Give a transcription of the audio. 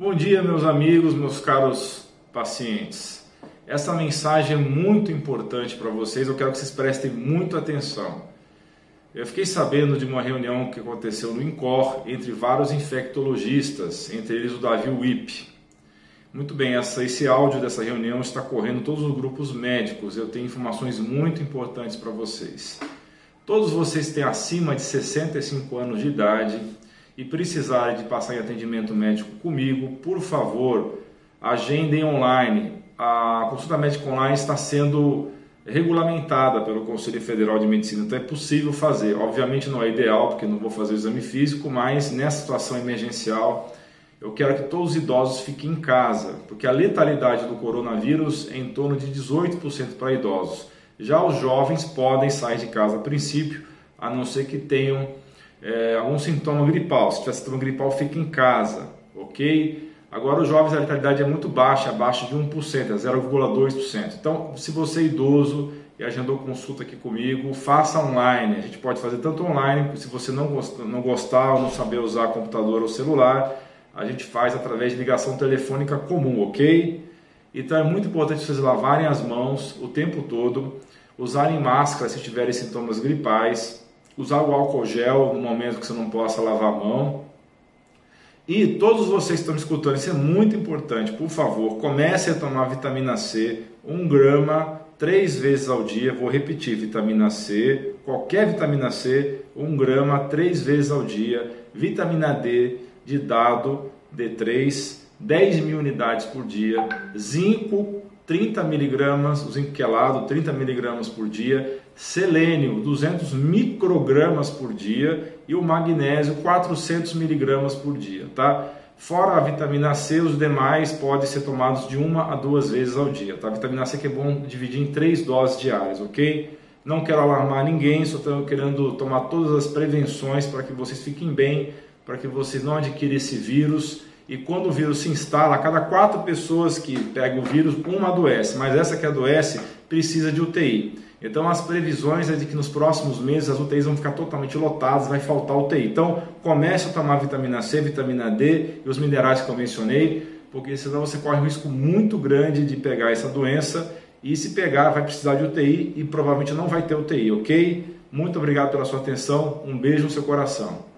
Bom dia, meus amigos, meus caros pacientes. Essa mensagem é muito importante para vocês, eu quero que vocês prestem muita atenção. Eu fiquei sabendo de uma reunião que aconteceu no INCOR entre vários infectologistas, entre eles o Davi Wipp. Muito bem, esse áudio dessa reunião está correndo em todos os grupos médicos, eu tenho informações muito importantes para vocês. Todos vocês têm acima de 65 anos de idade e precisarem de passar em atendimento médico comigo, por favor, agendem online. A consulta médica online está sendo regulamentada pelo Conselho Federal de Medicina, então é possível fazer. Obviamente não é ideal, porque não vou fazer o exame físico, mas nessa situação emergencial, eu quero que todos os idosos fiquem em casa, porque a letalidade do coronavírus é em torno de 18% para idosos. Já os jovens podem sair de casa a princípio, a não ser que tenham algum sintoma gripal. Se tiver sintoma gripal, fique em casa, ok? Agora os jovens, a letalidade é muito baixa, abaixo de 1%, é 0,2%. Então, se você é idoso e agendou consulta aqui comigo, faça online. A gente pode fazer tanto online, se você não gostar ou não saber usar computador ou celular, a gente faz através de ligação telefônica comum, ok? Então é muito importante vocês lavarem as mãos o tempo todo, usarem máscara se tiverem sintomas gripais, usar o álcool gel no momento que você não possa lavar a mão. E todos vocês que estão me escutando, isso é muito importante, por favor, comecem a tomar vitamina C, 1 grama 3 vezes ao dia. Vou repetir, vitamina C, qualquer vitamina C, 1 grama 3 vezes ao dia. Vitamina D de dado, D3, 10.000 unidades por dia. Zinco, 30 miligramas, o zinco quelado, 30 miligramas por dia. Selênio, 200 microgramas por dia. E o magnésio, 400 miligramas por dia, tá? Fora a vitamina C, os demais podem ser tomados de 1 a 2 vezes ao dia, tá? A vitamina C que é bom dividir em 3 doses diárias, ok? Não quero alarmar ninguém, só estou querendo tomar todas as prevenções para que vocês fiquem bem, para que vocês não adquirem esse vírus. E quando o vírus se instala, a cada 4 pessoas que pegam o vírus, uma adoece, mas essa que adoece precisa de UTI. Então as previsões é de que nos próximos meses as UTIs vão ficar totalmente lotadas, vai faltar UTI. Então comece a tomar vitamina C, vitamina D e os minerais que eu mencionei, porque senão você corre um risco muito grande de pegar essa doença, e se pegar vai precisar de UTI e provavelmente não vai ter UTI, ok? Muito obrigado pela sua atenção, um beijo no seu coração.